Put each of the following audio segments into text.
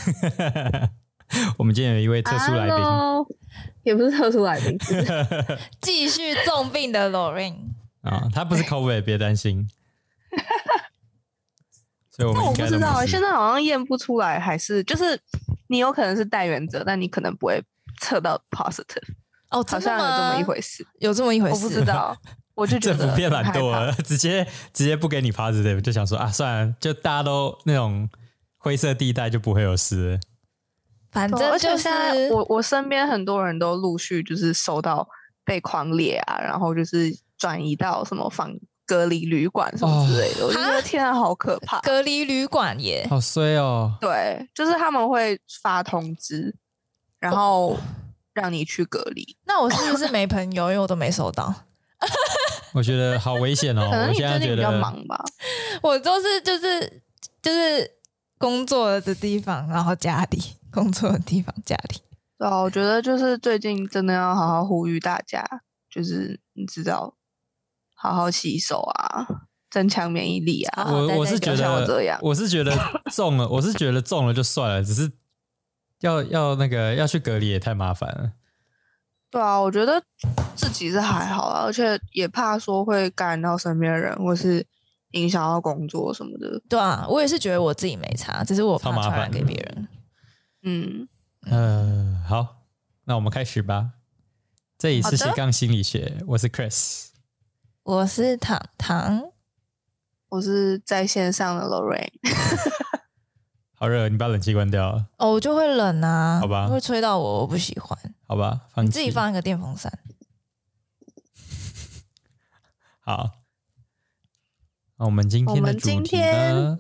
我们今天有一位特殊来宾， 也不是特殊来宾， 继续重病的 Lorraine 啊，他不是 COVID， 别担心。所以我们但我应该都不知道， 没事现在好像验不出来，还是就是你有可能是带原者，但你可能不会测到 positive。 哦， 好真的像有这么吗？ 一回事， 有这么一回事？ 我不知道，我就觉得政府变懒惰很害了，直接不给你 positive， 就想说啊，算了，就大家都那种灰色地带就不会有事了。 反怕。而且正就是现在我身边很多人都陆续就是收到被匡列啊，然后就是转移到什么隔离旅馆什么之类的，我就觉得天啊，好可怕！ 隔离旅馆耶， 好衰哦。 对，就是他们会发通知，然后让你去隔离。 那我是不是没朋友？因为我都没收到。 我觉在好危险哦！ 可能我你最近比较现在觉得忙吧。 我都是就是工作的地方，然后家里工作的地方家里。 对啊，我觉得就是最近真的要好好呼吁大家，就是你知道，好好洗手啊，增强免疫力啊。 我是觉不要像我这得样我是觉得中了，我是觉得中了就算了，只是要那个要去隔离也太麻烦了。 对啊，我觉得自己是还好啊，而且也怕说会感染到身边的人，或是影响到工作什么的。 对啊，我也是觉得我自己没差，只是我怕超麻烦传染给别人。 好，那我们开始吧。这里是好的斜杠心理学，我是 Chris。 我是糖糖， 我是在线上的 Lorraine。 好热，你把冷气关掉了， 哦，我就会冷啊， 好吧会吹到我不喜欢。 好吧？放你弃自己放一个电风扇。 好。那我们今天的主题呢？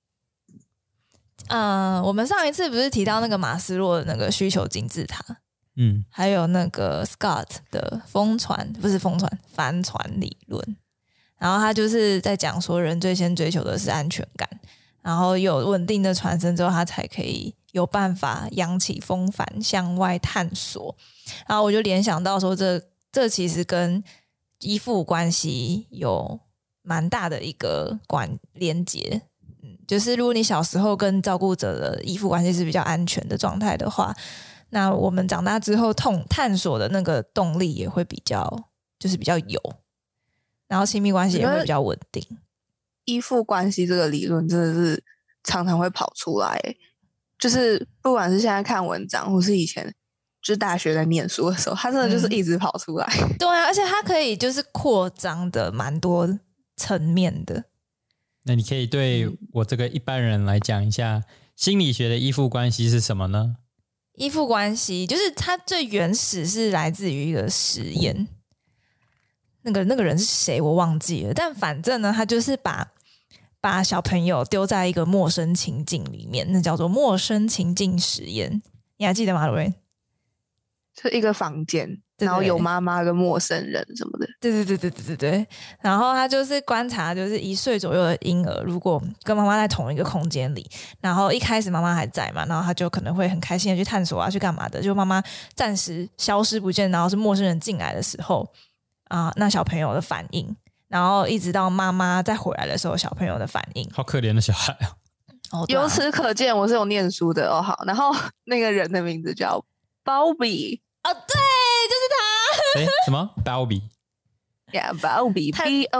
我们上一次不是提到那个马斯洛的那个需求金字塔，还有那个 Scott 的帆船理论，然后他就是在讲说人最先追求的是安全感，然后有稳定的船身之后，他才可以有办法扬起风帆向外探索。然后我就联想到说这其实跟依附关系有蛮大的一个连结。就是如果你小时候跟照顾者的依附关系是比较安全的状态的话，那我们长大之后探索的那个动力也会比较有，然后亲密关系也会比较稳定。 依附关系这个理论真的是常常会跑出来，就是不管是现在看文章，或是以前就是大学在念书的时候，它真的就是一直跑出来。 对啊，而且它可以就是扩张的蛮多层面的。 那你可以对我这个一般人来讲一下心理学的依附关系是什么呢？ 依附关系就是它最原始是来自于一个实验，那个人是谁我忘记了，但反正呢，他就是把小朋友丢在一个陌生情境里面，那叫做陌生情境实验，你还记得吗，罗瑞？ 就一个房间， 对然后有妈妈跟陌生人什么的。 对。然后他就是观察，就是1岁左右的婴儿，如果跟妈妈在同一个空间里，然后一开始妈妈还在嘛，然后他就可能会很开心的去探索啊，去干嘛的。就妈妈暂时消失不见，然后是陌生人进来的时候那小朋友的反应，然后一直到妈妈再回来的时候，小朋友的反应。 好可怜的小孩啊！ 由此可见，我是有念书的哦。好，然后那个人的名字叫Bowlby。 哦，对，就是他。 什么 Bowlby？ Yeah, Bowlby,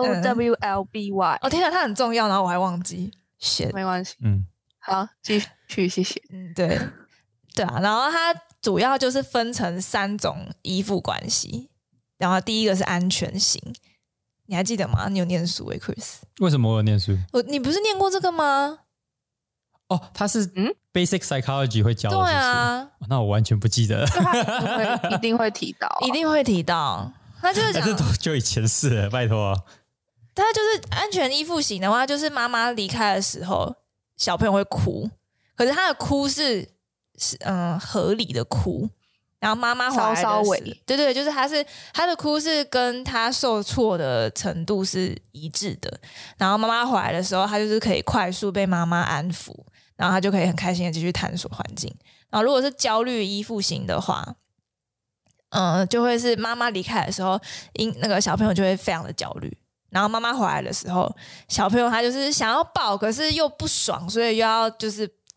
Bowlby。 哦，天哪，他很重要，然后我还忘记。 没关系。好，继续，谢谢。 对啊，然后它主要就是分成3种依附关系，然后第一个是安全型，你还记得吗？你有念书Chris？ 为什么我有念书？ 你不是念过这个吗？ 哦，他是Basic Psychology 会教的， 对啊， 那我完全不记得。 一定会提到， 一定会提到。他就是讲， 这多久以前事了？拜托啊！ 他就是安全依附型的话，就是妈妈离开的时候，小朋友会哭，可是他的哭是合理的哭，然后妈妈回来的稍微， 对，就是他的哭是跟他受挫的程度是一致的，然后妈妈回来的时候，他就是可以快速被妈妈安抚，然后他就可以很开心的继续探索环境。然后如果是焦虑依附型的话，就会是妈妈离开的时候，那个小朋友就会非常的焦虑，然后妈妈回来的时候，小朋友他就是想要抱，可是又不爽，所以又要就是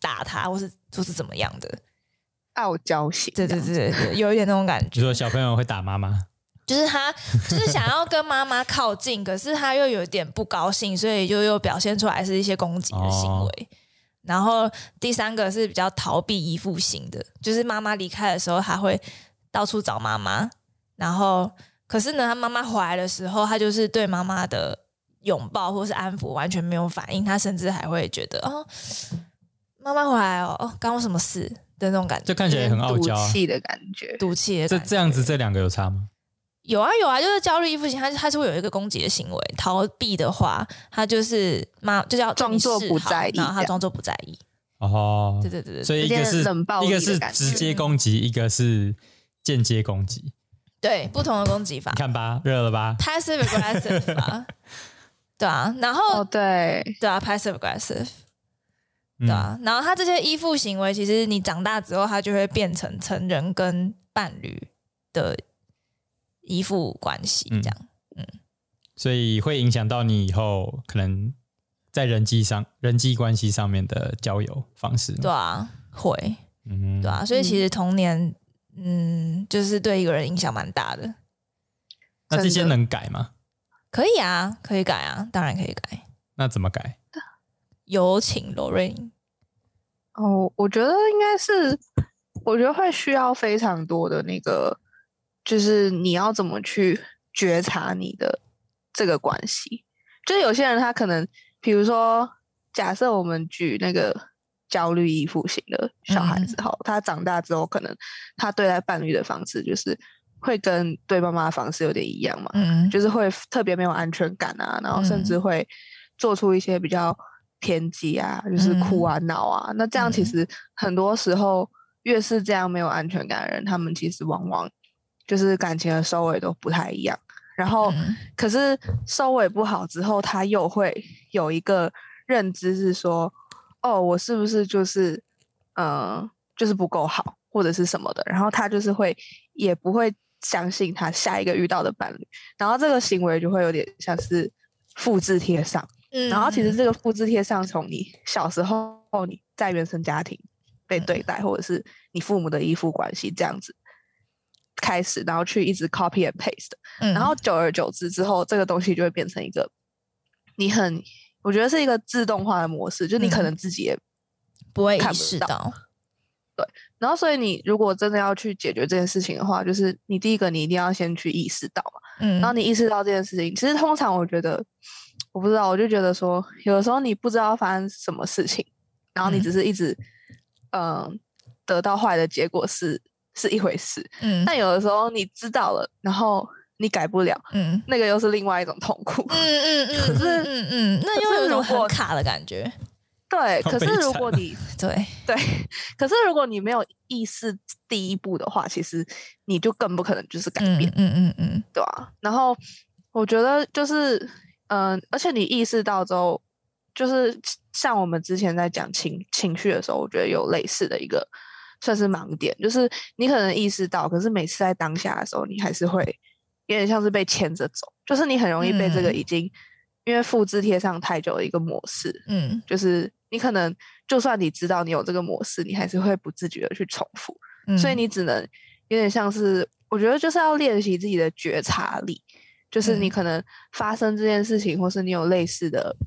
打他，或是怎么样的傲娇型。 对，有一点那种感觉。 你说小朋友会打妈妈？ 就是他就是想要跟妈妈靠近，可是他又有点不高兴，所以就又表现出来是一些攻击的行为。然后第三个是比较逃避依附型的，就是妈妈离开的时候，他会到处找妈妈，然后可是呢，他妈妈回来的时候，他就是对妈妈的拥抱或是安抚完全没有反应，他甚至还会觉得妈妈回来干我什么事的那种感觉， 就看起来很傲娇， 赌气的感觉， 赌气的感觉。 这样子，这两个有差吗？ 有啊，就是焦虑依附型，他是会有一个攻击的行为。逃避的话，他就是就叫装作不在意， 然后他装作不在意。 哦， 对， 所以一个是直接攻击，一个是间接攻击， 对，不同的攻击法。 你看吧，热了吧 ？Passive aggressive 吧，对啊，然后对啊 ，passive aggressive，对啊，然后他这些依附行为，其实你长大之后，他就会变成成人跟伴侣的依附关系这样， 所以会影响到你以后可能在人际关系上面的交友方式。 对啊，会，对啊，所以其实童年，就是对一个人影响蛮大的。 那这些能改吗？ 可以啊，可以改啊，当然可以改。 那怎么改？ 有请罗瑞。 我觉得应该是，我觉得会需要非常多的那个。就是你要怎么去觉察你的这个关系，就是有些人他可能，比如说，假设我们举那个焦虑依附型的小孩子好，他长大之后，可能他对待伴侣的方式就是会跟对妈妈的方式有点一样嘛，就是会特别没有安全感啊，然后甚至会做出一些比较偏激啊，就是哭啊闹啊，那这样其实很多时候越是这样没有安全感的人，他们其实往往就是感情的收尾都不太一样，然后可是收尾不好之后，他又会有一个认知是说，我是不是就是就是不够好或者是什么的，然后他就是也不会相信他下一个遇到的伴侣，然后这个行为就会有点像是复制贴上，然后其实这个复制贴上从你小时候你在原生家庭被对待，或者是你父母的依附关系这样子开始，然后去一直 copy and paste，然后久而久之之后，这个东西就会变成一个我觉得是一个自动化的模式，就你可能自己也不会意识到。 对，然后所以你如果真的要去解决这件事情的话，就是你第一个你一定要先去意识到嘛，然后你意识到这件事情，其实通常我觉得，我不知道，我就觉得说，有的时候你不知道发生什么事情，然后你只是一直得到坏的结果是一回事，但有的时候你知道了，然后你改不了，那个又是另外一种痛苦，可是那又有一种很卡的感觉， 对，可是如果你对， 可是如果你没有意识第一步的话，其实你就更不可能就是改变，对吧？然后我觉得就是，而且你意识到之后，就是像我们之前在讲情绪的时候，我觉得有类似的一个算是盲点，就是你可能意识到，可是每次在当下的时候，你还是会有点像是被牵着走，就是你很容易被这个已经因为复制贴上太久的一个模式，就是你可能就算你知道你有这个模式，你还是会不自觉的去重复，所以你只能有点像是，我觉得就是要练习自己的觉察力，就是你可能发生这件事情，或是你有类似的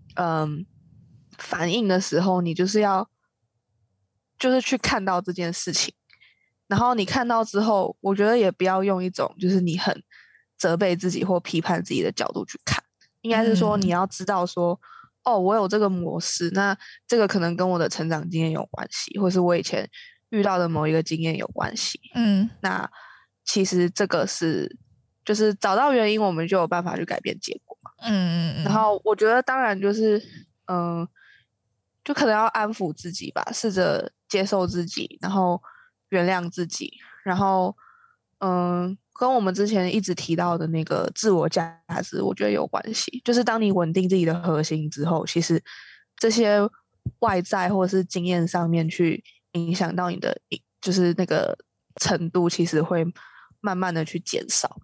反应的时候，你就是要就是去看到这件事情，然后你看到之后，我觉得也不要用一种就是你很责备自己或批判自己的角度去看，应该是说你要知道说，我有这个模式，那这个可能跟我的成长经验有关系，或是我以前遇到的某一个经验有关系，那其实这个是就是找到原因，我们就有办法去改变结果嘛，然后我觉得当然就是就可能要安抚自己吧，试着接受自己，然后原谅自己，然后跟我们之前一直提到的那个自我价值，我觉得有关系。就是当你稳定自己的核心之后，其实这些外在或者是经验上面去影响到你的，就是那个程度，其实会慢慢的去减少。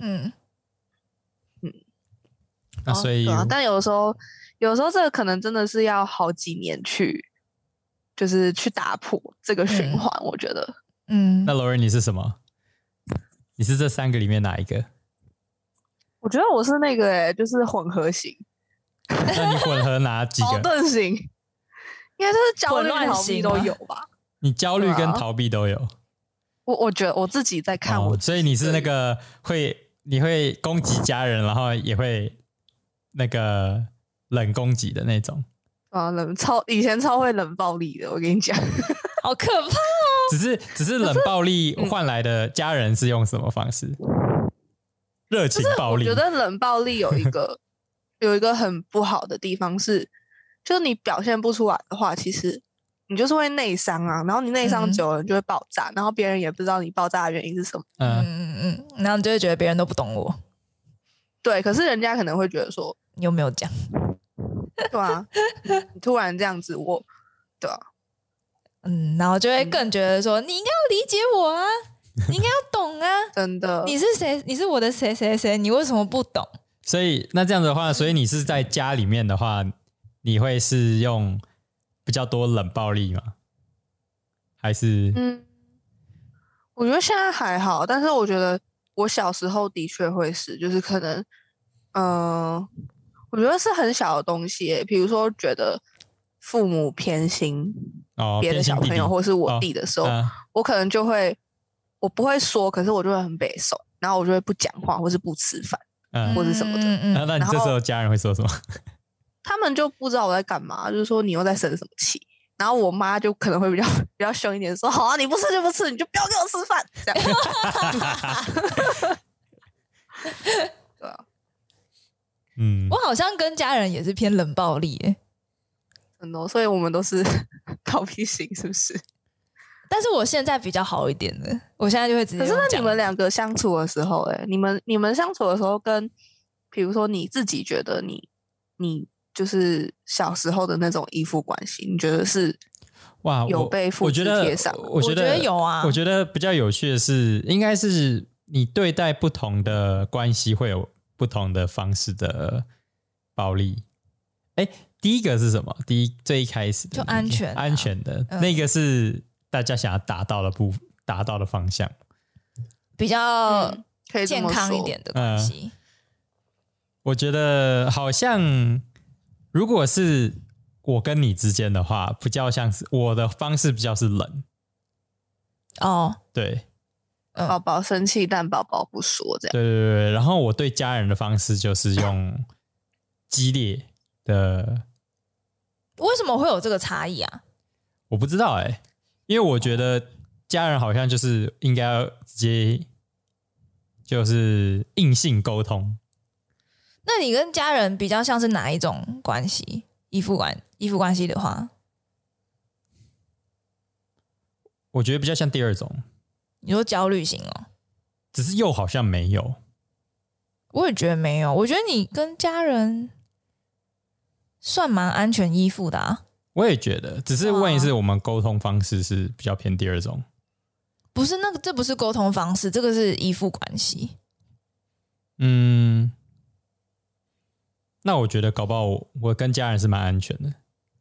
那所以， 但有的时候这个可能真的是要好几年去就是去打破这个循环。我觉得， 那 Lauren 你是什么？你是这3个里面哪一个？ 我觉得我是那个就是混合型。 那你混合哪几个？ 矛盾型，应该就是焦虑、逃避都有吧？ 你焦虑跟逃避都有。 我觉得我自己在看我， 所以你是那个你会攻击家人，然后也会那个冷攻击的那种。 以前超会冷暴力的，我跟你讲， 好可怕哦！ 只是冷暴力换来的家人是用什么方式？热情暴力。 我觉得冷暴力有一个很不好的地方是，就是你表现不出来的话，其实你就是会内伤啊，然后你内伤久了你就会爆炸，然后别人也不知道你爆炸的原因是什么。 然后你就会觉得别人都不懂我。 对，可是人家可能会觉得说你有没有讲？ 对啊，你突然这样子，对啊， 然后就会更觉得说你应该要理解我啊，你应该要懂啊， 真的， 你是谁？你是我的谁谁谁？你为什么不懂？ 所以那这样的话，所以你是在家里面的话，你会是用比较多冷暴力吗？还是我觉得现在还好，但是我觉得我小时候的确会是，就是可能我觉得是很小的东西耶，比如说觉得父母偏心别的小朋友或是我弟的时候，我可能就会我不会说，可是我就会很北宋，然后我就会不讲话或是不吃饭或是什么的。 那你这时候家人会说什么？ 他们就不知道我在干嘛，就是说你又在生什么气。然后我妈就可能会比较凶一点，说好啊，你不吃就不吃，你就不要给我吃饭，这样。对啊， 我好像跟家人也是偏冷暴力耶， 真的，所以我们都是逃避型，是不是？ 但是我现在比较好一点的，我现在就会直接。 可是那你们2个相处的时候，你们相处的时候跟，比如说你自己觉得你就是小时候的那种依附关系，你觉得是有被复制贴上？ 我觉得有啊。 我觉得比较有趣的是，应该是你对待不同的关系会有不同的方式的暴力。第一个是什么？最一开始的就安全的那个是大家想要达到的方向， 比较健康一点的关系。 我觉得好像。如果是我跟你之间的话，比较像是我的方式比较是冷。对， 宝宝生气但宝宝不说这样。 对，然后我对家人的方式就是用激烈的。 为什么会有这个差异啊？ 我不知道因为我觉得家人好像就是应该要直接就是硬性沟通。 那你跟家人比较像是哪一种关系？依附关系的话， 我觉得比较像第二种。 你说焦虑型哦？ 只是又好像没有。 我也觉得没有。我觉得你跟家人算蛮安全依附的啊。 我也觉得，只是问题是我们沟通方式是比较偏第二种。 不是这不是沟通方式，这个是依附关系。 那我觉得搞不好我跟家人是蛮安全的。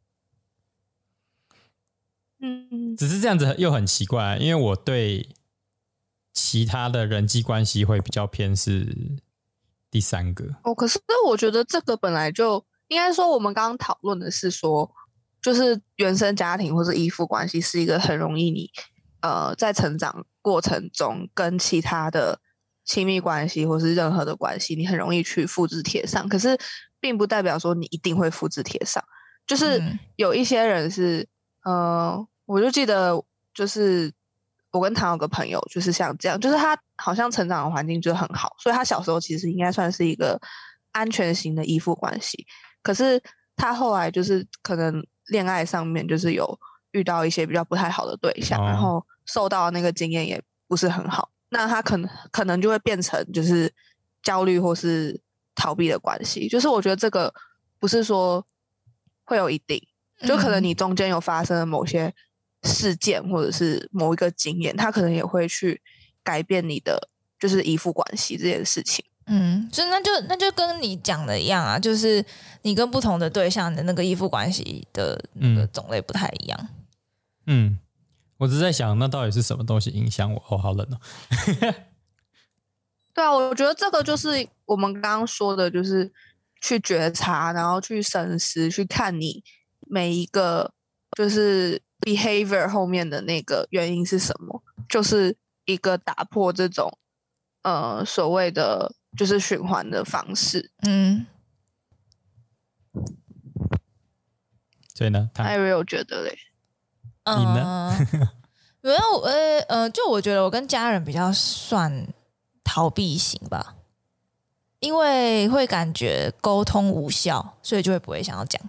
只是这样子又很奇怪，因为我对其他的人际关系会比较偏是第3个。 可是我觉得这个本来就应该说，我们刚刚讨论的是说，就是原生家庭或是依附关系是一个很容易你在成长过程中跟其他的亲密关系或是任何的关系，你很容易去复制贴上。可是并不代表说你一定会复制贴上，就是有一些人是我就记得就是我跟唐有个朋友就是像这样，就是他好像成长的环境就很好，所以他小时候其实应该算是一个安全型的依附关系。可是他后来就是可能恋爱上面就是有遇到一些比较不太好的对象，然后受到那个经验也不是很好，那他可能就会变成就是焦虑或是逃避的关系。就是我觉得这个不是说会有一定，就可能你中间有发生了某些事件或者是某一个经验，他可能也会去改变你的就是依附关系这件事情。 所以那就跟你讲的一样啊，就是你跟不同的对象的那个依附关系的那个种类不太一样。 我只是在想，那到底是什么东西影响我？哦，好冷哦。 对啊，我觉得这个就是我们刚刚说的，就是去觉察，然后去深思，去看你每一个就是 behavior 后面的那个原因是什么，就是一个打破这种所谓的就是循环的方式。 所以呢 ，Ariel 觉得嘞， 你呢？ 没有，就我觉得我跟家人比较算逃避型吧，因为会感觉沟通无效，所以就会不会想要讲。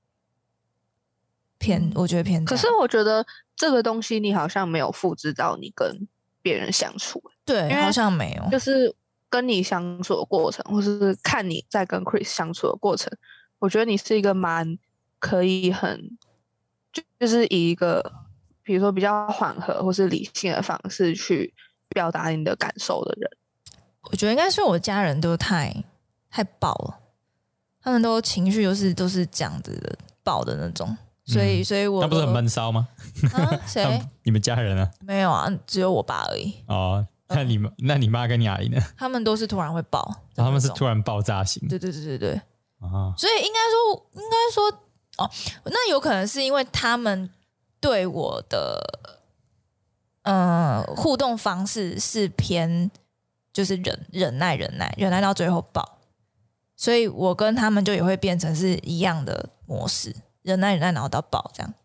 我觉得偏。 可是我觉得这个东西你好像没有复制到你跟别人相处， 对，好像没有。 就是跟你相处的过程，或是看你在跟 Chris 相处的过程，我觉得你是一个蛮可以就是以一个比如说比较缓和或是理性的方式去表达你的感受的人。 我觉得应该是我家人都太爆了，他们都情绪都是这样子的爆的那种，所以我那不是很闷骚吗？ 谁？ 你们家人呢？ 没有啊，只有我爸而已。 哦，那你妈跟你阿姨呢？ 他们都是突然会爆， 他们是突然爆炸型。 对。所以应该说哦，那有可能是因为他们对我的互动方式是偏就是忍耐到最后爆，所以我跟他们就也会变成是一样的模式，忍耐然后到爆这样。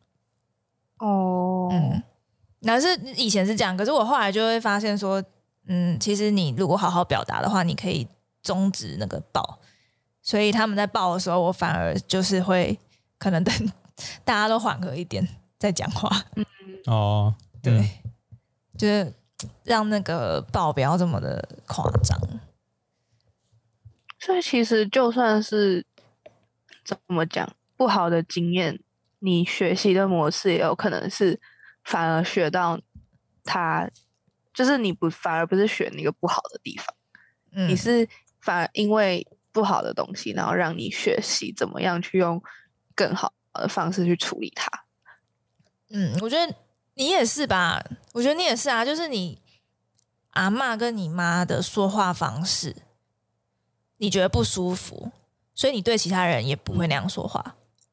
那是以前是这样，可是我后来就会发现说，其实你如果好好表达的话，你可以终止那个爆。所以他们在爆的时候，我反而就是会可能等大家都缓和一点再讲话。对，就是让那个爆不要这么的夸张。 所以其实就算是怎么讲不好的经验，你学习的模式也有可能是反而学到它，就是你反而不是学那个不好的地方，你是反而因为不好的东西，然后让你学习怎么样去用更好的方式去处理它。 我觉得你也是吧？我觉得你也是啊，就是你阿嬷跟你妈的说话方式，你觉得不舒服，所以你对其他人也不会那样说话。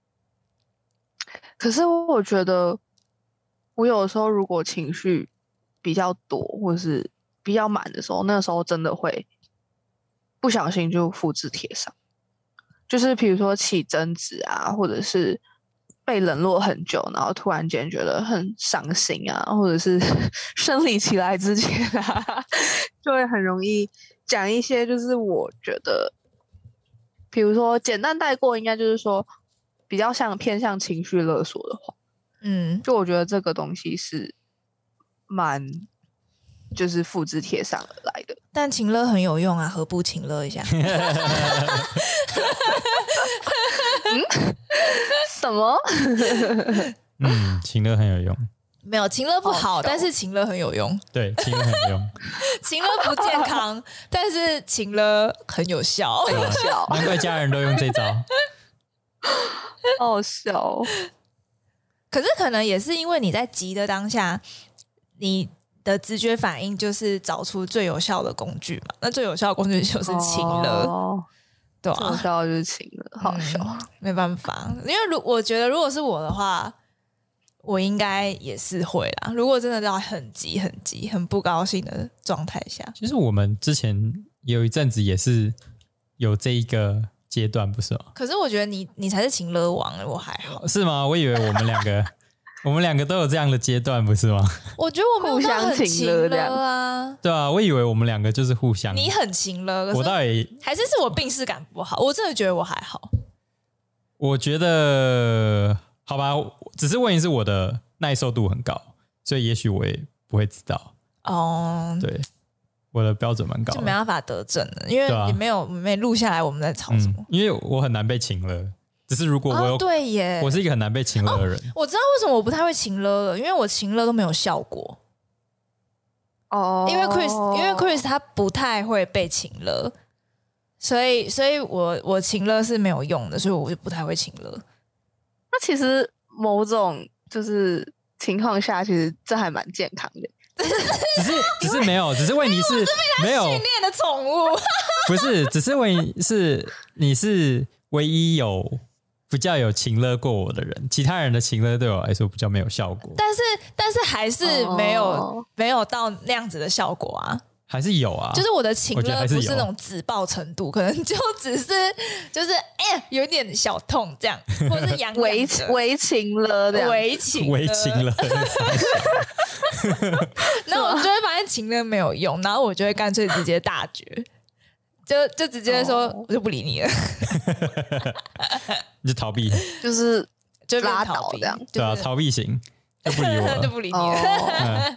可是我觉得，我有时候如果情绪比较多，或是比较满的时候，那个时候真的会不小心就复制贴上，就是比如说起争执啊，或者是被冷落很久，然后突然间觉得很伤心啊，或者是生理期来之前啊，就会很容易讲一些就是我觉得，比如说简单带过，应该就是说比较偏向情绪勒索的话，就我觉得这个东西是蛮就是复制贴上而来的。 但情勒很有用啊，何不情勒一下？ 什么？ 情勒很有用。 没有，情勒不好，但是情勒很有用。 对，情勒很有用。 情勒不健康，但是情勒很有效。 很有效， 难怪家人都用这招。 好笑。 可是可能也是因为你在急的当下，你的直觉反应就是找出最有效的工具嘛。那最有效的工具就是情勒。对啊， 最有效的就是情勒，好笑。 没办法，因为我觉得如果是我的话，我应该也是会啦。如果真的到很急、很不高兴的状态下， 其实我们之前有一阵子也是有这一个阶段，不是吗？ 可是我觉得你才是情勒王，我还好。 是吗？我以为我们两个都有这样的阶段，不是吗？ 我觉得我没有到很情勒啊。 对啊，我以为我们两个就是互相。 你很情勒， 我倒也还是我病识感不好。我真的觉得我还好。 我觉得好吧，只是问题是我的耐受度很高，所以也许我也不会知道。对，我的标准蛮高的， 就没办法得证了，因为你没录下来我们在吵什么。 因为我很难被情勒。只是如果我对耶， 我是一个很难被情勒的人。 我知道为什么我不太会情勒了，因为我情勒都没有效果。因为 Chris 他不太会被情勒，所以我情勒是没有用的，所以我就不太会情勒。 那其实某种就是情况下，其实这还蛮健康的。 只是没有，只是问题是没有训练的宠物， 不是，只是问题是你是唯一比较有情勒过我的人，其他人的情勒对我来说比较没有效果。 但是还是没有到那样子的效果啊。 还是有啊， 就是我的情勒不是那种自爆程度，可能就只是就是有点小痛这样，或者是痒微情勒这样， 微情勒。然后我就会发现情勒没有用，然后我就会干脆直接大绝，就直接说我就不理你了， 你就逃避， 就拉倒这样， 对啊，逃避型就不理我了， 就不理你了。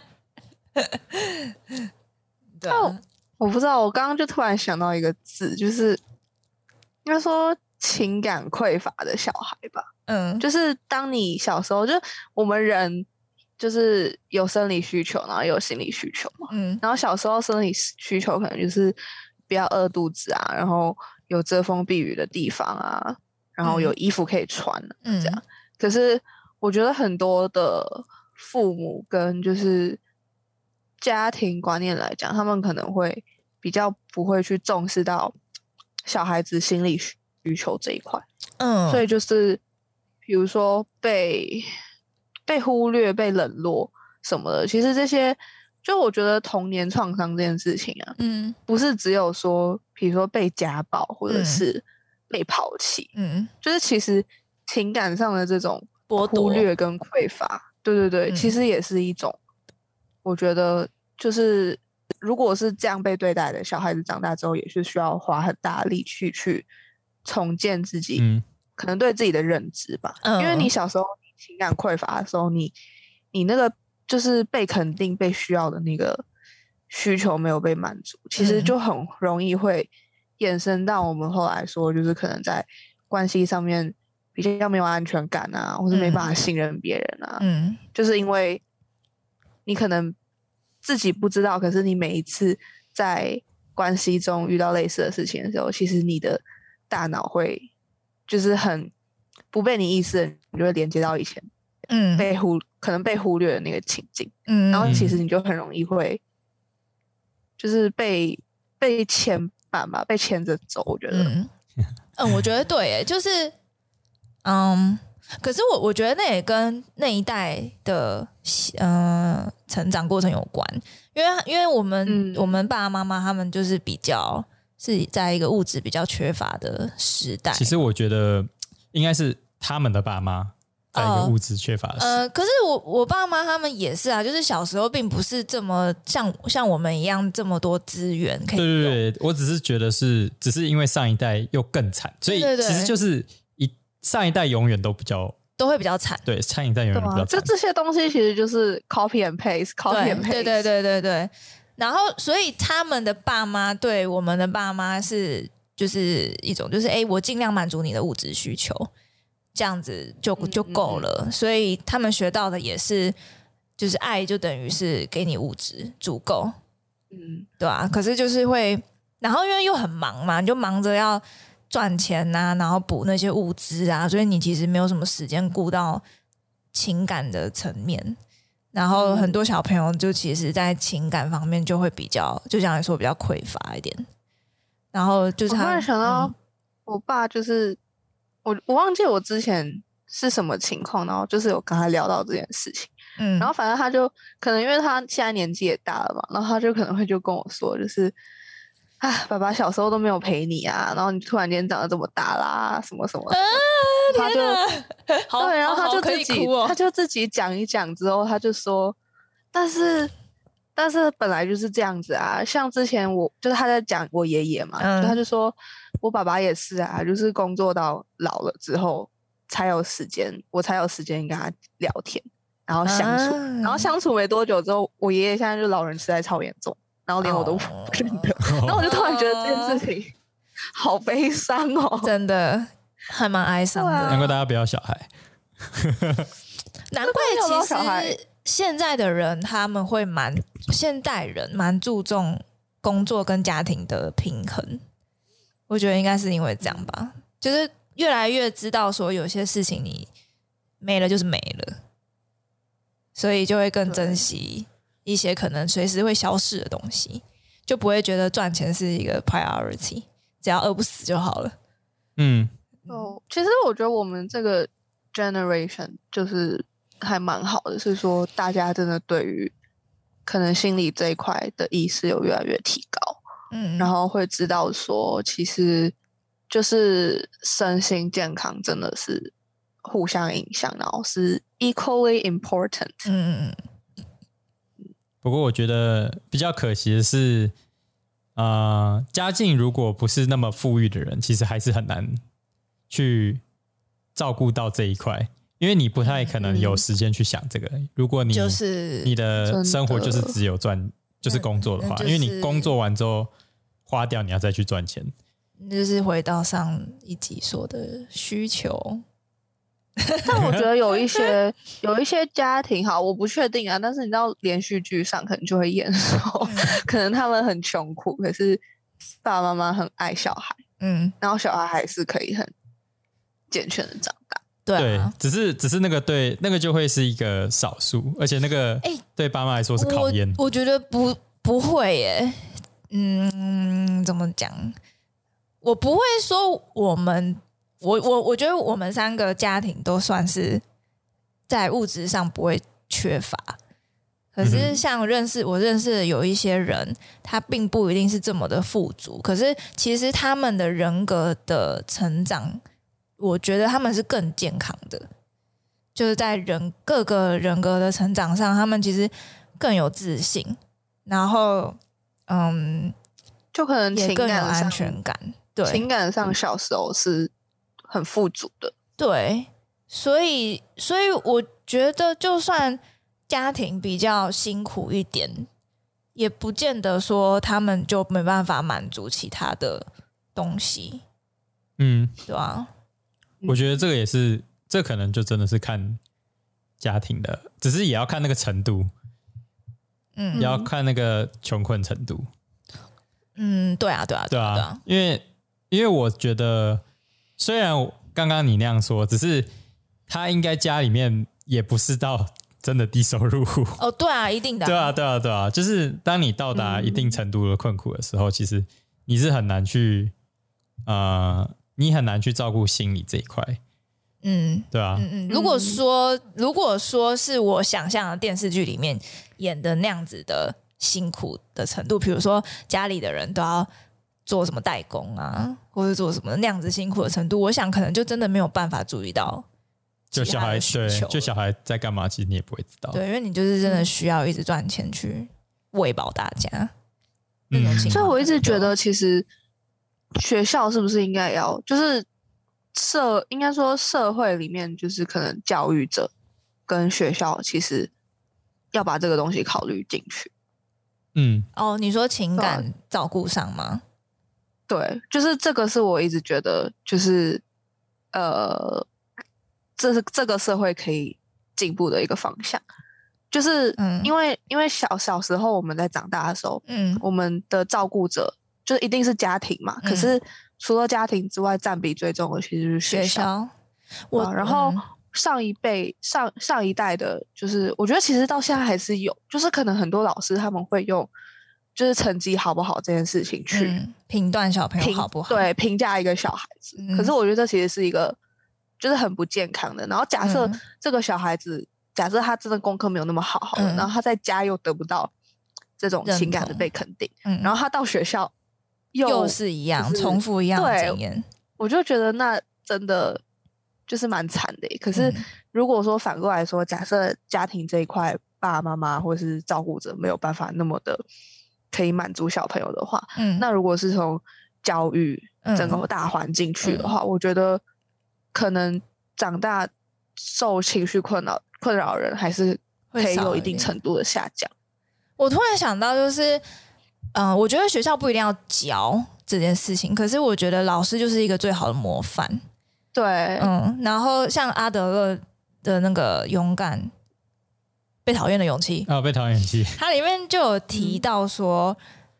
对啊，我不知道，我刚刚就突然想到一个字，就是应该说情感匮乏的小孩吧。就是当你小时候，就我们人就是有生理需求，然后有心理需求嘛。然后小时候生理需求可能就是不要饿肚子啊，然后有遮风避雨的地方啊，然后有衣服可以穿这样。可是我觉得很多的父母跟就是家庭观念来讲，他们可能会比较不会去重视到小孩子心理需求这一块。所以就是比如说被忽略、被冷落什么的，其实这些就我觉得童年创伤这件事情啊，不是只有说比如说被家暴或者是被抛弃，就是其实情感上的这种忽略跟匮乏，对，其实也是一种，我觉得就是如果是这样被对待的小孩子，长大之后也是需要花很大力气去重建自己，可能对自己的认知吧。因为你小时候情感匮乏的时候，你那个就是被肯定、被需要的那个需求没有被满足，其实就很容易会衍生到我们后来说，就是可能在关系上面比较没有安全感啊，或是没办法信任别人啊。就是因为你可能自己不知道，可是你每一次在关系中遇到类似的事情的时候，其实你的大脑会就是很不被你意识的，你就会连接到以前可能被忽略的那个情境，然后其实你就很容易会就是被牵绊吧，被牵着走。我觉得我觉得对耶，就是可是我觉得那也跟那一代的成长过程有关，因为我们爸爸妈妈他们就是比较是在一个物质比较缺乏的时代。 其实我觉得应该是他们的爸妈在一个物质缺乏的时代。 可是我爸妈他们也是啊，就是小时候并不是这么像我们一样这么多资源可以用。 对，我只是觉得只是因为上一代又更惨，所以其实就是上一代永远都会比较惨。对，上一代永远比较惨。 就这些东西其实就是 copy and paste。 对。然后，所以他们的爸妈对我们的爸妈是就是一种就是我尽量满足你的物质需求，这样子就够了。所以他们学到的也是就是爱就等于是给你物质足够，对吧？可是就是会，然后因为又很忙嘛，你就忙着要赚钱啊，然后补那些物资啊，所以你其实没有什么时间顾到情感的层面。然后很多小朋友就其实在情感方面就会比较，就像你说比较匮乏一点。然后就是我突然想到我爸就是我忘记我之前是什么情况，然后就是有跟他聊到这件事情。然后反正他就可能因为他现在年纪也大了嘛，然后他就可能会就跟我说，就是爸爸小时候都没有陪你啊，然后你突然間长得这么大啦，什么什么，他就对，然后他就自己讲一讲之后，他就说，但是本来就是这样子啊，像之前就是他在讲我爷爷嘛，他就说我爸爸也是啊，就是工作到老了之后我才有时间跟他聊天，然后相处，然后相处没多久之后，我爷爷现在就老人痴呆超严重。然后连我都不认得，然后我就突然觉得这件事情好悲伤哦， 真的还蛮哀伤的。 难怪大家不要小孩， 难怪其实现在的人他们会现代人蛮注重工作跟家庭的平衡，我觉得应该是因为这样吧，就是越来越知道说有些事情你没了就是没了， 所以就会更珍惜一些可能随时会消逝的东西，就不会觉得赚钱是一个 priority， 只要饿不死就好了。 其实我觉得我们这个 generation 就是还蛮好的，是说大家真的对于可能心理这一块的意识有越来越提高，然后会知道说其实就是身心健康真的是互相影响，然后是 equally important。 不过我觉得比较可惜的是，家境如果不是那么富裕的人，其实还是很难去照顾到这一块，因为你不太可能有时间去想这个。如果你就是你的生活就是只有赚，就是工作的话，因为你工作完之后花掉，你要再去赚钱， 就是回到上一集说的需求。 但我觉得有一些家庭，好，我不确定啊，但是你知道连续剧上可能就会演说，可能他们很穷苦，可是爸爸妈妈很爱小孩，然后小孩还是可以很健全的长大。 对啊， 只是那个对那个就会是一个少数，而且那个对爸妈来说是考验。 我觉得不会耶，怎么讲？我不会说我觉得我们3个家庭都算是在物质上不会缺乏，可是像我认识的有一些人，他并不一定是这么的富足，可是其实他们的人格的成长，我觉得他们是更健康的，就是在各个人格的成长上，他们其实更有自信，然后就可能也更有安全感。对， 情感上小时候是很富足的。 对，所以我觉得就算家庭比较辛苦一点，也不见得说他们就没办法满足其他的东西。对啊， 我觉得这个也是，这可能就真的是看家庭的，只是也要看那个程度，也要看那个穷困程度。 对啊， 因为我觉得，虽然刚刚你那样说，只是他应该家里面也不是到真的低收入户。 哦，对啊，一定的。 对啊，就是当你到达一定程度的困苦的时候，其实你是很难去你很难去照顾心理这一块。对啊。 如果说是我想象的电视剧里面演的那样子的辛苦的程度，比如说家里的人都要做什么代工啊，或者做什么那样子辛苦的程度，我想可能就真的没有办法注意到就小孩，对，就小孩在干嘛，其实你也不会知道。 对，因为你就是真的需要一直赚钱去喂饱大家。 所以我一直觉得，其实学校是不是应该要，就是应该说社会里面，就是可能教育者跟学校其实要把这个东西考虑进去。 你说情感照顾上吗？ 对，就是这个是我一直觉得，就是这个社会可以进步的一个方向，就是因为小时候我们在长大的时候，我们的照顾者就一定是家庭嘛，可是除了家庭之外，占比最重的其实是学校。然后上一代的，就是我觉得其实到现在还是有，就是可能很多老师他们会用就是成绩好不好这件事情去评断小朋友好不好， 对，评价一个小孩子。可是我觉得这其实是一个就是很不健康的。然后假设这个小孩子，假设他真的功课没有那么好了，然后他在家又得不到这种情感的被肯定，然后他到学校又是一样，重复一样的经验， 我就觉得那真的就是蛮惨的。可是如果说反过来说，假设家庭这一块爸爸妈妈或是照顾者没有办法那么的可以满足小朋友的话，那如果是从教育整个大环境去的话，我觉得可能长大受情绪困扰的人还是可以有一定程度的下降。 我突然想到，就是我觉得学校不一定要教这件事情，可是我觉得老师就是一个最好的模范。 对， 然后像阿德勒的那个勇敢被讨厌的勇气被讨厌勇气， 它里面就有提到说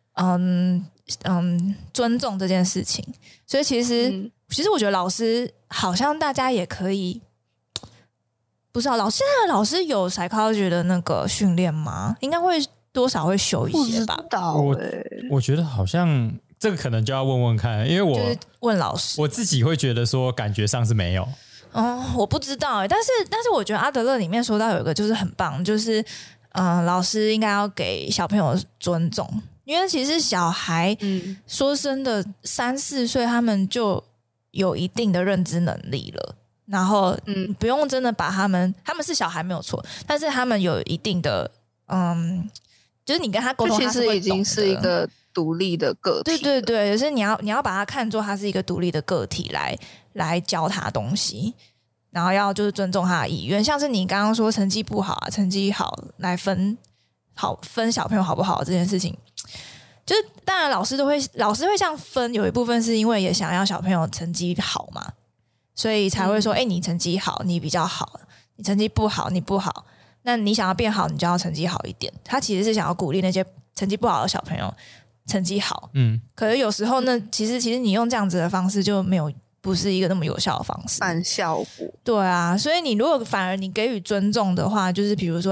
尊重这件事情。所以其实我觉得老师好像大家也可以，不不是啊，现在的老师有 psychology 的那个训练吗？应该会多少会修一些吧。 不知道我觉得好像这个可能就要问问看，因为我就是问老师， 我自己会觉得说感觉上是没有。 我不知道但是我觉得阿德勒里面说到有一个就是很棒，就是老师应该要给小朋友尊重，因为其实小孩说真的3-4岁他们就有一定的认知能力了。然后不用真的把他们是小孩没有错，但是他们有一定的就是你跟他沟通， 其实已经是一个独立的个体。 对，就是你要把他看作他是一个独立的个体来教他东西，然后要就是尊重他的意愿。像是你刚刚说成绩不好啊，成绩好来分小朋友好不好这件事情，就是当然老师会这样分，有一部分是因为也想要小朋友成绩好嘛。所以才会说你成绩好你比较好，你成绩不好你不好，那你想要变好你就要成绩好一点。他其实是想要鼓励那些成绩不好的小朋友成绩好。可是有时候呢其实你用这样子的方式就不是一个那么有效的方式， 反效果。对啊，所以你如果反而你给予尊重的话，就是比如说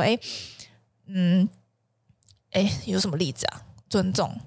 有什么例子啊？尊重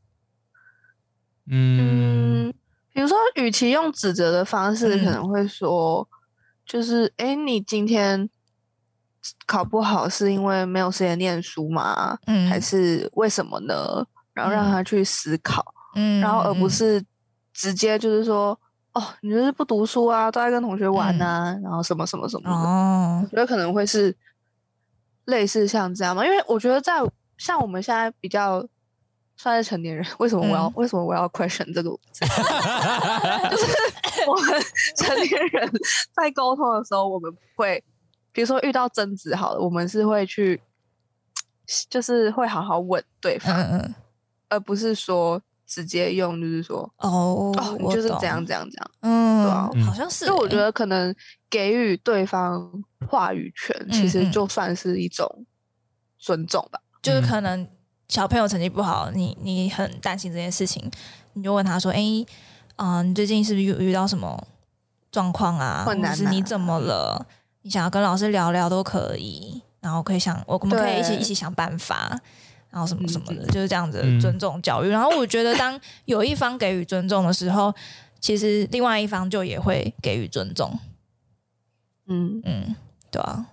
比如说与其用指责的方式，可能会说就是你今天考不好是因为没有时间念书吗？还是为什么呢？然后让他去思考，然后而不是直接就是说你就是不读书啊，都在跟同学玩啊，然后什么什么什么的。我觉得可能会是类似像这样嘛，因为我觉得像我们现在比较算是成年人，为什么我要 question 这个？就是我们成年人在沟通的时候，我们会比如说遇到争执好了，我们是会去就是会好好问对方，而不是说直接用就是说你就是怎样怎样怎样，对吧？ 好像是。 所以我觉得可能给予对方话语权，其实就算是一种尊重吧， 就是可能。小朋友成绩不好，你很担心这件事情，你就问他说：“你最近是不是遇到什么状况啊？ 困难啊， 或是你怎么了？你想要跟老师聊聊都可以，然后我们可以一起想办法，然后什么什么的，就是这样子的尊重教育。然后我觉得，当有一方给予尊重的时候，其实另外一方就也会给予尊重。对啊。”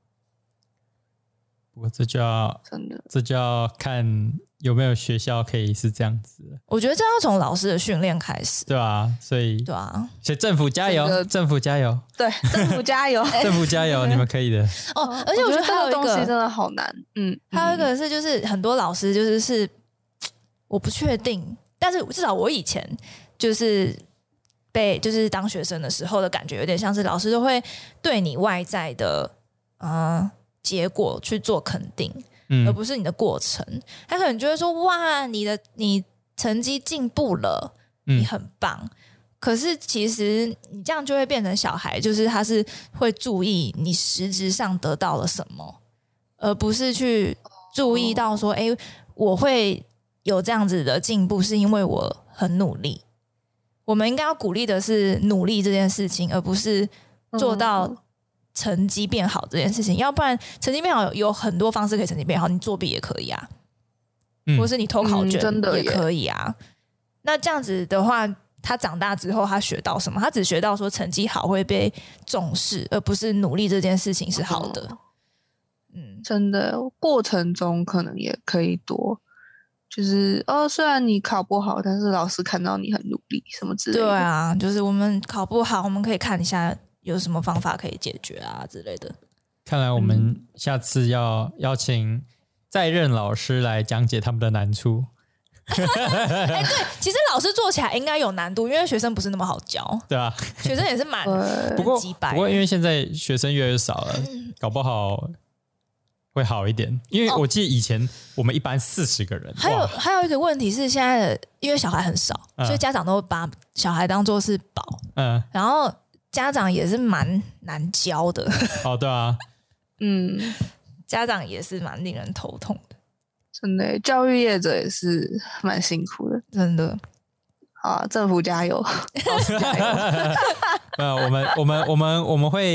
不过这就要看有没有学校可以是这样子的。 我觉得这要从老师的训练开始， 对啊，所以政府加油，政府加油， 对，政府加油， 政府加油，你们可以的。 而且我觉得还有一个东西真的好难， 还有一个是就是很多老师就是我不确定，但是至少我以前就是就是当学生的时候的感觉有点像是老师都会对你外在的结果去做肯定，而不是你的过程。他可能就会说：“哇，你成绩进步了，你很棒。”可是其实你这样就会变成小孩，就是他是会注意你实质上得到了什么，而不是去注意到说：“我会有这样子的进步，是因为我很努力。”我们应该要鼓励的是努力这件事情，而不是做到。成绩变好这件事情，要不然成绩变好有很多方式可以成绩变好，你作弊也可以啊，或是你偷考卷也可以啊。那这样子的话，他长大之后他学到什么？他只学到说成绩好会被重视，而不是努力这件事情是好的。 真的过程中可能也可以多，就是虽然你考不好，但是老师看到你很努力什么之类的。 对啊，就是我们考不好，我们可以看一下。有什么方法可以解决啊之类的？ 看来我们下次要邀请在任老师来讲解他们的难处。 对，其实老师做起来应该有难度，因为学生不是那么好教， 对吧？ 学生也是蛮几百。不过因为现在学生越来越少了，搞不好会好一点。因为我记得以前我们一班40个人。 还有一个问题是，现在的因为小孩很少，所以家长都把小孩当作是宝。然后。家长也是蛮难教的对啊， 家长也是蛮令人头痛的， 真的，教育业者也是蛮辛苦的， 真的。 好，政府加油，老师加油。 我们会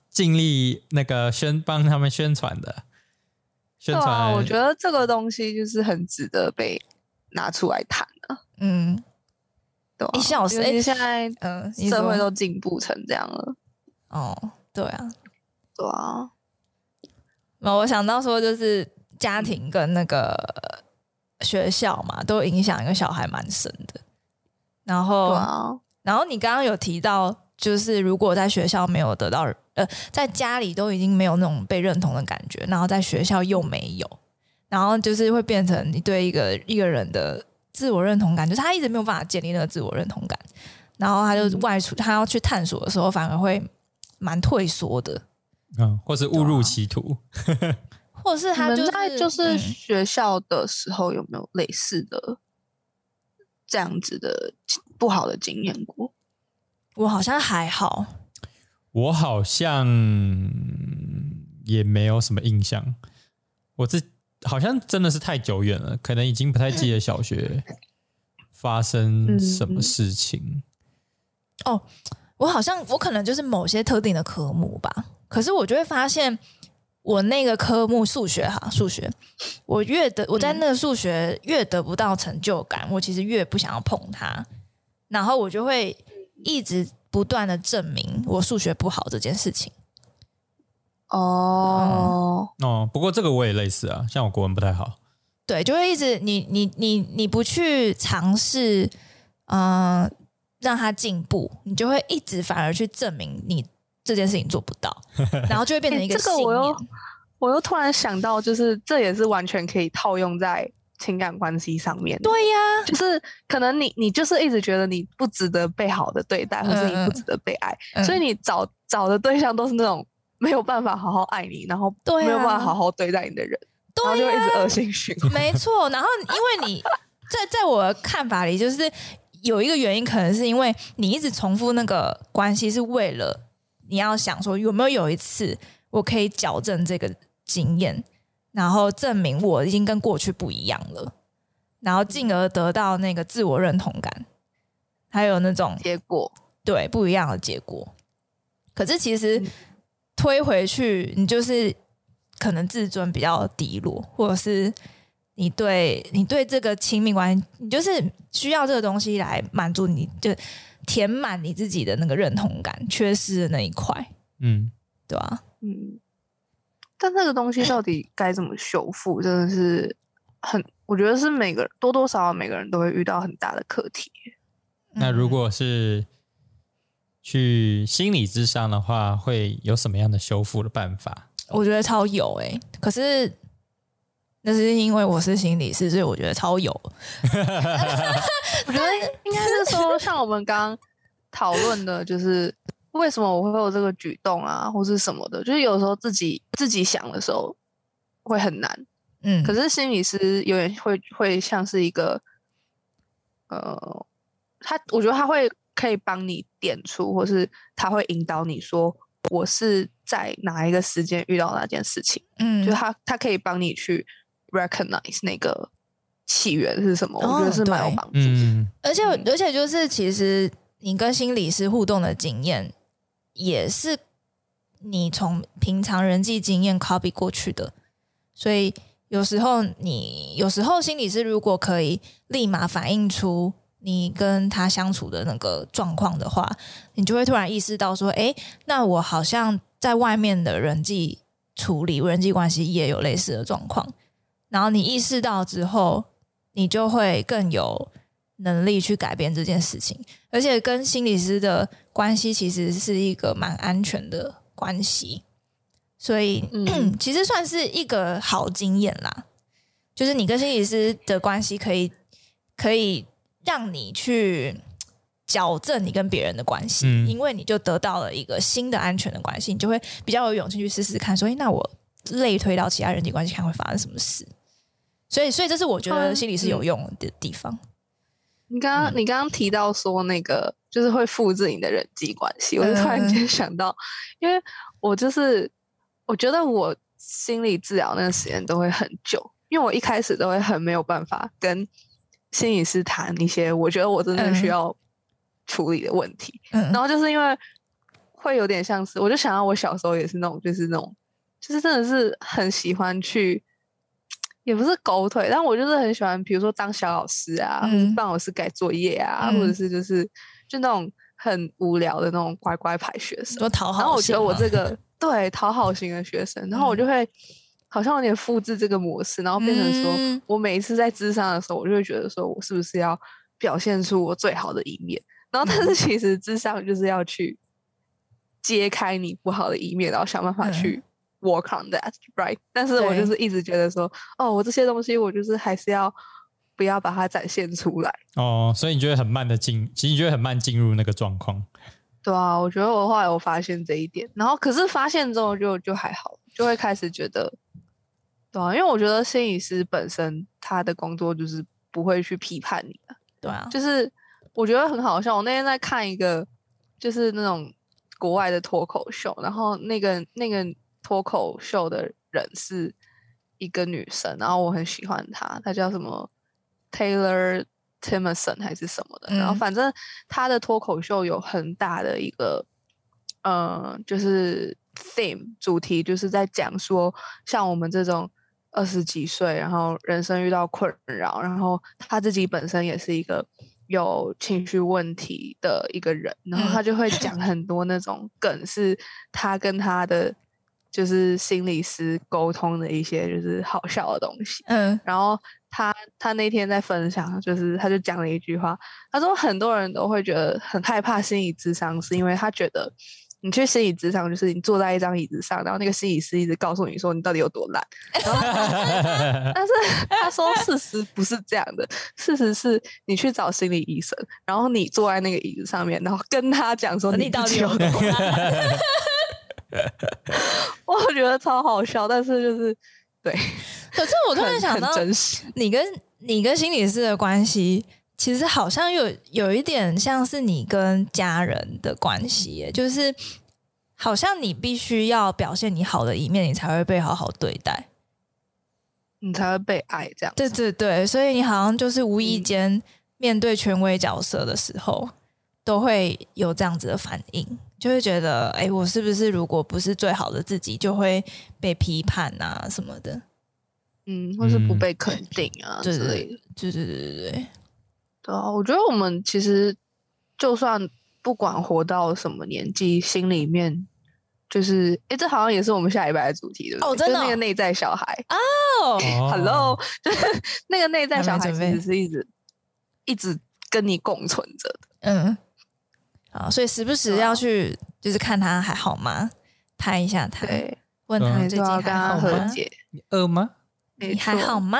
尽力那个帮他们宣传的。宣传、 啊，我觉得这个东西就是很值得被拿出来谈的。对啊， 因为现在社会都进步成这样了。 哦，对啊， 对啊。 我想到说，就是家庭跟那个学校嘛，都影响一个小孩蛮深的。然后， 对啊， 然后你刚刚有提到，就是如果在学校没有得到在家里都已经没有那种被认同的感觉，然后在学校又没有，然后就是会变成你对一个人的自我认同感，就是他一直没有办法建立那个自我认同感，然后他就外出，他要去探索的时候，反而会蛮退缩的， 或是误入歧途， 或者是他就是学校的时候有没有类似的这样子的不好的经验过？ 我好像还好。 我好像也没有什么印象，好像真的是太久远了，可能已经不太记得小学发生什么事情。 我可能就是某些特定的科目吧，可是我就会发现，我那个科目数学，我在那个数学越得不到成就感，我其实越不想要碰它，然后我就会一直不断的证明我数学不好这件事情。 不过这个我也类似啊，像我国文不太好， 对，就会一直你不去尝试，让他进步，你就会一直反而去证明你这件事情做不到，然后就会变成一个信念。 我又突然想到，就是这也是完全可以套用在情感关系上面。 对呀， 就是可能你就是一直觉得你不值得被好的对待，或是你不值得被爱，所以你找的对象都是那种没有办法好好爱你，然后没有办法好好对待你的人，然后就会一直恶性循环。 没错，然后因为你在我的看法里，就是有一个原因，可能是因为你一直重复那个关系，是为了你要想说有没有一次我可以矫正这个经验，然后证明我已经跟过去不一样了，然后进而得到那个自我认同感，还有那种结果， 对，不一样的结果。可是其实推回去，你就是可能自尊比较低落，或者是你对这个亲密关系，你就是需要这个东西来满足你，就填满你自己的那个认同感缺失的那一块，对吧？ 但这个东西到底该怎么修复，真的是我觉得是多多少少每个人都会遇到很大的课题。 那如果是去心理諮商的话，会有什么样的修复的办法？ 我觉得超有可是那是因为我是心理师，所以我觉得超有。 我觉得应该是说，像我们刚刚讨论的，就是为什么我会有这个举动啊，或是什么的，就是有时候自己想的时候会很难。可是心理师有点会像是一个我觉得他会可以帮你点出，或是他会引导你说我是在哪一个时间遇到那件事情。就是他可以帮你去 recognize 那个起源是什么，我觉得是蛮有帮助的。 而且就是其实你跟心理师互动的经验，也是你从平常人际经验 copy 过去的，所以有时候心理师如果可以立马反映出你跟他相处的那个状况的话，你就会突然意识到说，那我好像在外面的人际处理人际关系也有类似的状况，然后你意识到之后，你就会更有能力去改变这件事情，而且跟心理师的关系其实是一个蛮安全的关系，所以其实算是一个好经验啦，就是你跟心理师的关系可以让你去矫正你跟别人的关系，因为你就得到了一个新的安全的关系，你就会比较有勇气去试试看说，那我类推到其他人际关系看会发生什么事，所以这是我觉得心理是有用的地方。 你刚刚提到说那个就是会复制你的人际关系，我就突然间想到，因为我觉得我心理治疗那个时间都会很久，因为我一开始都会很没有办法跟心理师谈一些我觉得我真的需要处理的问题，然后就是因为会有点像是，我就想到我小时候也是那种，就是真的是很喜欢去，也不是狗腿，但我就是很喜欢，比如说当小老师啊，或者帮老师改作业啊，或者是就那种很无聊的那种乖乖牌学生， 讨好型。 然后我觉得我这个对讨好型的学生，然后我就会好像有点复制这个模式，然后变成说我每一次在諮商的时候，我就会觉得说我是不是要表现出我最好的一面，然后但是其实諮商就是要去揭开你不好的一面，然后想办法去work on that right， 但是我就是一直觉得说我这些东西我就是还是要不要把它展现出来所以你觉得很慢的其实你觉得很慢进入那个状况。 对啊，我觉得我后来有发现这一点，然后可是发现之后就还好，就会开始觉得对啊，因为我觉得心理师本身他的工作就是不会去批判你的， 对啊， 就是我觉得很好笑，我那天在看一个就是那种国外的脱口秀，然后那个脱口秀的人是一个女生，然后我很喜欢她，她叫什么 Taylor Timerson 还是什么的，然后反正她的脱口秀有很大的一个就是 theme 主题，就是在讲说像我们这种20几岁，然后人生遇到困扰，然后她自己本身也是一个有情绪问题的一个人，然后他就会讲很多那种梗，是他跟他的就是心理师沟通的一些就是好笑的东西。然后他那天在分享，就是他就讲了一句话，他说很多人都会觉得很害怕心理咨商，是因为他觉得你去心理咨商就是你坐在一张椅子上，然后那个心理师一直告诉你说你到底有多烂，然后但是他说事实不是这样的，事实是你去找心理医生，然后你坐在那个椅子上面，然后跟他讲说你到底有多烂我觉得超好笑，但是就是对。 可是我突然想到你跟心理师的关系其实好像有一点像是你跟家人的关系耶，就是好像你必须要表现你好的一面，你才会被好好对待， 你才会被爱这样。 对对对，所以你好像就是无意间面对权威角色的时候都会有这样子的反应，就会觉得我是不是如果不是最好的自己就会被批判啊什么的， 或是不被肯定啊之类的。 对对啊，我觉得我们其实就算不管活到什么年纪，心里面就是这好像也是我们下礼拜的主题，对不对？ 真的就那个内在小孩 Hello 就是那个内在小孩其实是一直跟你共存着的。 所以时不时要去就是看他还好吗，拍一下他，问他最近还好吗？ 你饿吗？ 你还好吗？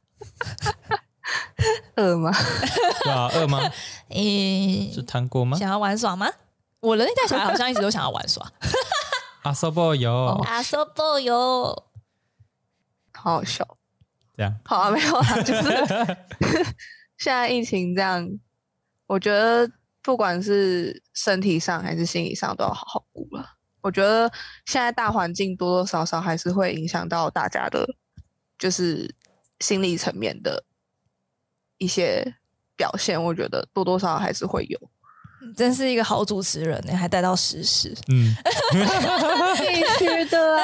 饿吗？ 对啊，饿吗？是糖果吗？ 想要玩耍吗？我的内在小孩好像一直都想要玩耍。 阿索波有， 好好笑。 这样好啊，没有啊，就是现在疫情这样，我觉得不管是身体上还是心理上都要好好顾了。我觉得现在大环境多多少少还是会影响到大家的，就是心理层面的一些表现，我觉得多多少少还是会有。 真是一个好主持人呢，还带到时事。 必须的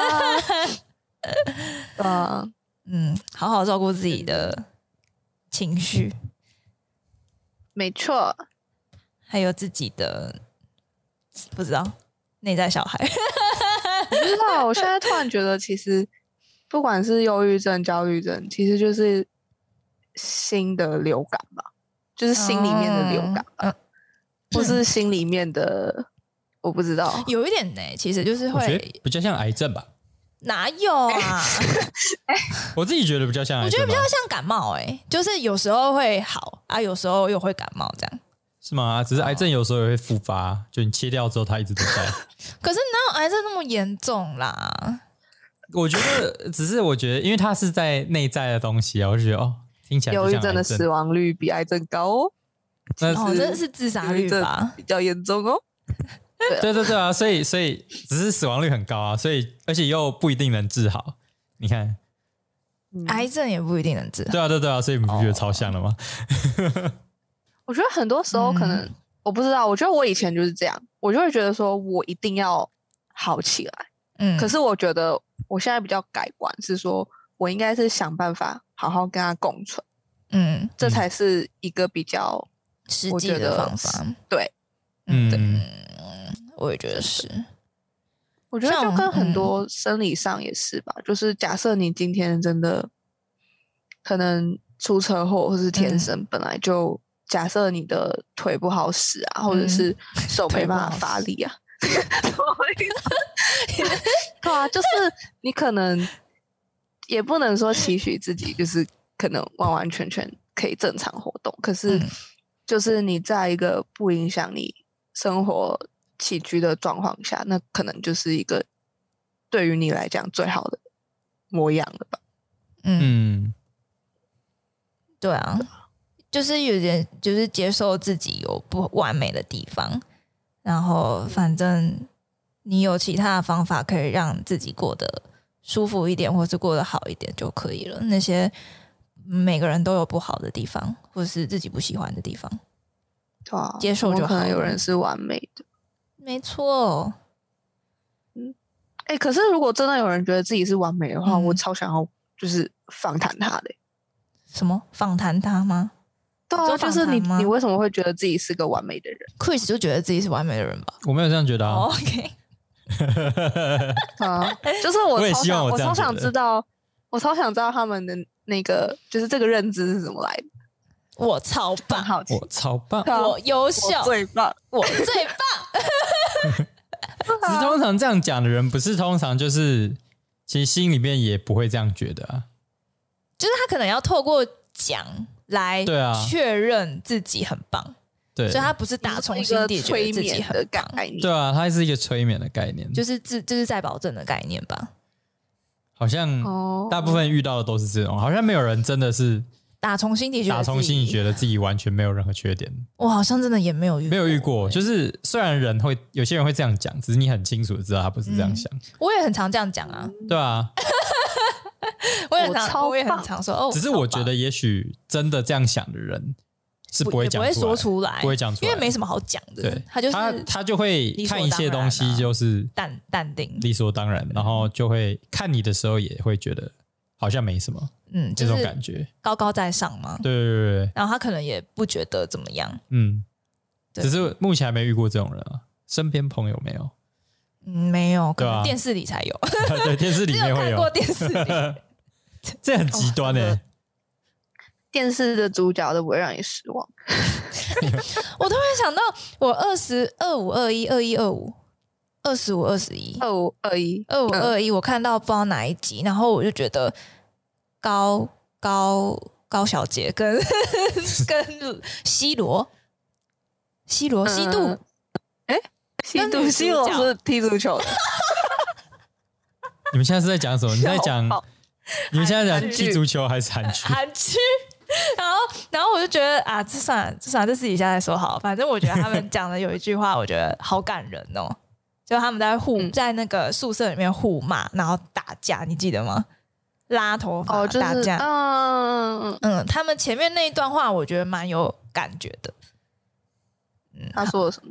啊。 好好照顾自己的情绪， 没错。 还有自己的不知道内在小孩。 不知道，我现在突然觉得，其实不管是忧郁症、焦虑症，其实就是心的流感吧，就是心里面的流感吧，或是心里面的，我不知道， 有一点呢，其实就是会， 我觉得比较像癌症吧。 哪有啊？ 我自己觉得比较像癌症， 我觉得比较像感冒，就是有时候会好啊，有时候又会感冒，这样是吗？只是癌症有时候也会复发，就你切掉之后它一直都在。 可是哪有癌症那么严重啦？ 我觉得只是我觉得，因为它是在内在的东西啊，我就觉得听起来忧郁症的死亡率比癌症高哦。 真的是自杀率吧？ 比较严重哦。 对啊，所以只是死亡率很高啊，所以而且又不一定能治好。你看， 癌症也不一定能治好。 对啊，所以你不觉得超像了吗？ 我觉得很多时候可能我不知道，我觉得我以前就是这样，我就会觉得说我一定要好起来。可是我觉得我现在比较改观，是说我应该是想办法好好跟他共存。这才是一个比较实际的方法。 对， 我也觉得是。 我觉得就跟很多生理上也是吧，就是假设你今天真的可能出车祸，或是天生本来就假设你的腿不好使啊，或者是手没办法发力啊，对啊，就是你可能也不能说期许自己就是可能完完全全可以正常活动，可是就是你在一个不影响你生活起居的状况下，那可能就是一个对于你来讲最好的模样了吧。 对啊，就是有点就是接受自己有不完美的地方，然后反正你有其他的方法可以让自己过得舒服一点，或是过得好一点就可以了。那些每个人都有不好的地方，或是自己不喜欢的地方， 对啊， 接受就好了。 可能有人是完美的， 没错。 可是如果真的有人觉得自己是完美的话，我超想要就是访谈他的。 什么访谈他吗？ 对啊，就是你为什么会觉得自己是个完美的人 ？Chris 就觉得自己是完美的人吧？ 我没有这样觉得啊。 OK， 就是我也希望我超想知道他们的那个就是这个认知是怎么来的。 我超棒， 我超棒， 我优秀， 我最棒， 我最棒。 只是通常这样讲的人，不是通常就是其实心里面也不会这样觉得啊。 就是他可能要透过讲来确认自己很棒， 对， 所以他不是打从心底觉得自己很棒。 对啊，它是一个催眠的概念， 就是再保证的概念吧。 好像大部分遇到的都是这种，好像没有人真的是打从心底觉得自己完全没有任何缺点。 我好像真的也没有遇过， 就是虽然有些人会这样讲，只是你很清楚的知道他不是这样想。 我也很常这样讲啊， 对啊。 我也很常说只是我觉得也许真的这样想的人是不会讲出来， 不会说出来， 不会讲出来， 因为没什么好讲的。 对， 他就会看一些东西就是淡定理所当然，然后就会看你的时候也会觉得好像没什么，这种感觉高高在上嘛。 对。 然后他可能也不觉得怎么样， 只是目前还没遇过这种人啊，身边朋友没有。 没有，可能电视里才有。 对，电视里面会有。 看过电视里， 这很极端欸。 电视的主角都不会让你失望。 我突然想到，我20、25、21、21、25、25、21、25、21，我看到不知道哪一集，然后我就觉得高小姐跟西罗西度。 西罗是踢足球的。 你们现在是在讲什么？你在讲？你们现在讲踢足球还是韩剧？ 韩剧。然后我就觉得啊，这算了，这私底下再说好。反正我觉得他们讲的有一句话，我觉得好感人哦。就他们在那个宿舍里面互骂，然后打架，你记得吗？拉头发、打架。他们前面那一段话，我觉得蛮有感觉的。 他说了什么？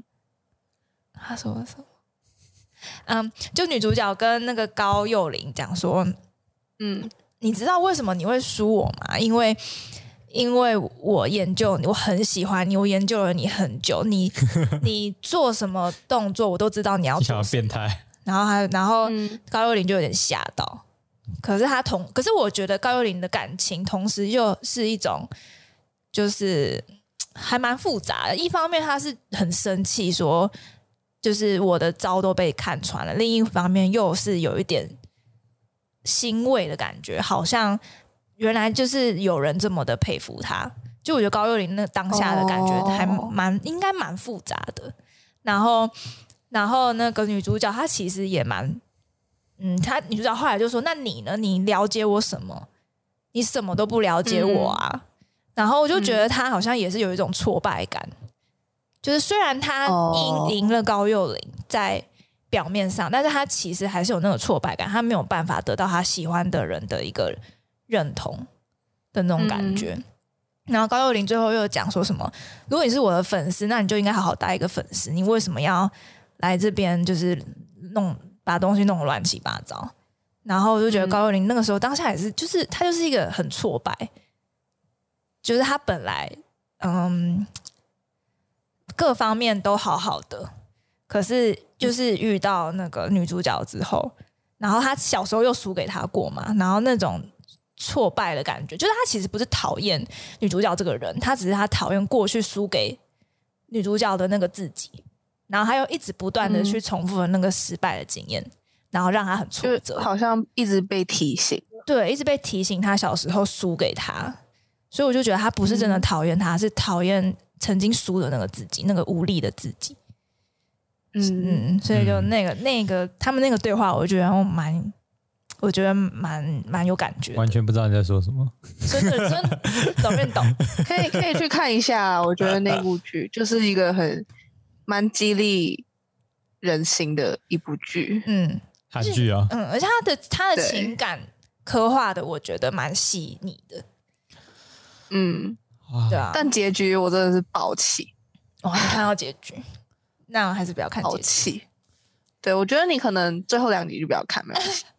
就女主角跟那个高幼霖讲说，你知道为什么你会输我吗？因为我研究你，我很喜欢你，我研究了你很久，你做什么动作我都知道你要做什么。 变态。 然后高幼霖就有点吓到，可是我觉得高幼霖的感情同时又是一种就是还蛮复杂的，一方面他是很生气说就是我的招都被看穿了，另一方面又是有一点欣慰的感觉，好像原来就是有人这么的佩服他。就我觉得高幼霖那当下的感觉还应该蛮复杂的。然后那个女主角她其实也蛮她女主角后来就说，那你呢？你了解我什么？你什么都不了解我啊。然后我就觉得她好像也是有一种挫败感，就是虽然她赢了高幼霖在表面上，但是她其实还是有那个挫败感，她没有办法得到她喜欢的人的一个认同的那种感觉。 然后高幼霖最后又讲说什么，如果你是我的粉丝，那你就应该好好当一个粉丝，你为什么要来这边就是把东西弄得乱七八糟？然后我就觉得高幼霖那个时候当下也是，就是他就是一个很挫败，就是他本来各方面都好好的，可是就是遇到那个女主角之后，然后他小时候又输给他过嘛，然后那种挫败的感觉，就是他其实不是讨厌女主角这个人，他只是他讨厌过去输给女主角的那个自己，然后他又一直不断的去重复了那个失败的经验，然后让他很挫折， 好像一直被提醒， 对，一直被提醒他小时候输给他，所以我就觉得他不是真的讨厌他，是讨厌曾经输的那个自己，那个无力的自己。所以就那个他们那个对话，我觉得蛮有感觉， 完全不知道你在说什么， 真的懂认懂， 可以去看一下。我觉得那部剧就是一个蛮激励人心的一部剧， 韩剧啊， 而且他的情感刻画的，我觉得蛮细腻的，对啊。 但结局我真的是爆气， 我还没看到结局，那我还是不要看结局。 爆气，对，我觉得你可能最后2集就不要看，没关系。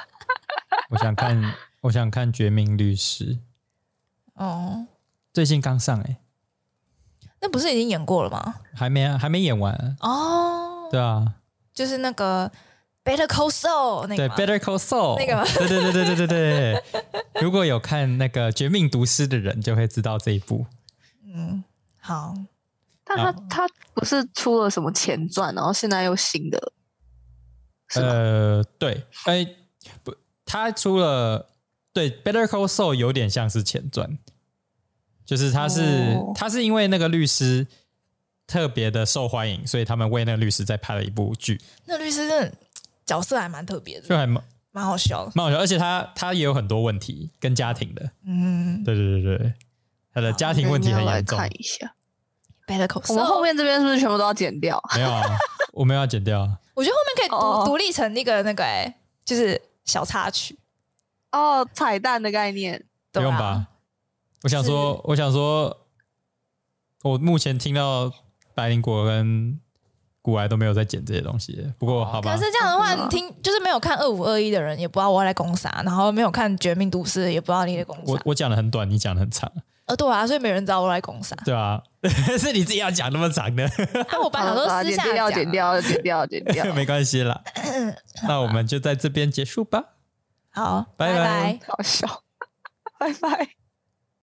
我想看《绝命律师》哦，最近刚上那不是已经演过了吗？ 还没演完哦。对啊， 就是那个 Better Call Saul 那个吗？ 对 Better Call Saul 那个吗？ 对。如果有看那个《绝命毒师》的人，就会知道这一部。 好。 但他不是出了什么前传，然后现在又新的，是吗？ 对，不，他出了对 Better Call Saul 有点像是前传，就是他是因为那个律师特别的受欢迎，所以他们为那个律师再拍了一部剧。 那个律师真的角色还蛮特别的， 就还蛮好笑的， 蛮好笑，而且他也有很多问题跟家庭的，对，他的家庭问题很严重。 看一下。 我们后面这边是不是全部都要剪掉？ 没有啊，我没有要剪掉啊。 我觉得后面可以独立成那个就是小插曲彩蛋的概念。 不用吧？我想说，我目前听到百灵果跟古来都没有在剪这些东西。不过好吧， 可是这样的话，你听就是没有看2521的人也不知道我在攻啥，然后没有看《绝命毒师》也不知道你在攻啥。 我讲的很短，你讲的很长。 对啊，所以没人知道我在攻啥。 对啊，是你自己要讲那么长的。 我本来都私下讲， 剪掉， 没关系啦。那我们就在这边结束吧。 好， 拜拜。 好笑，拜拜。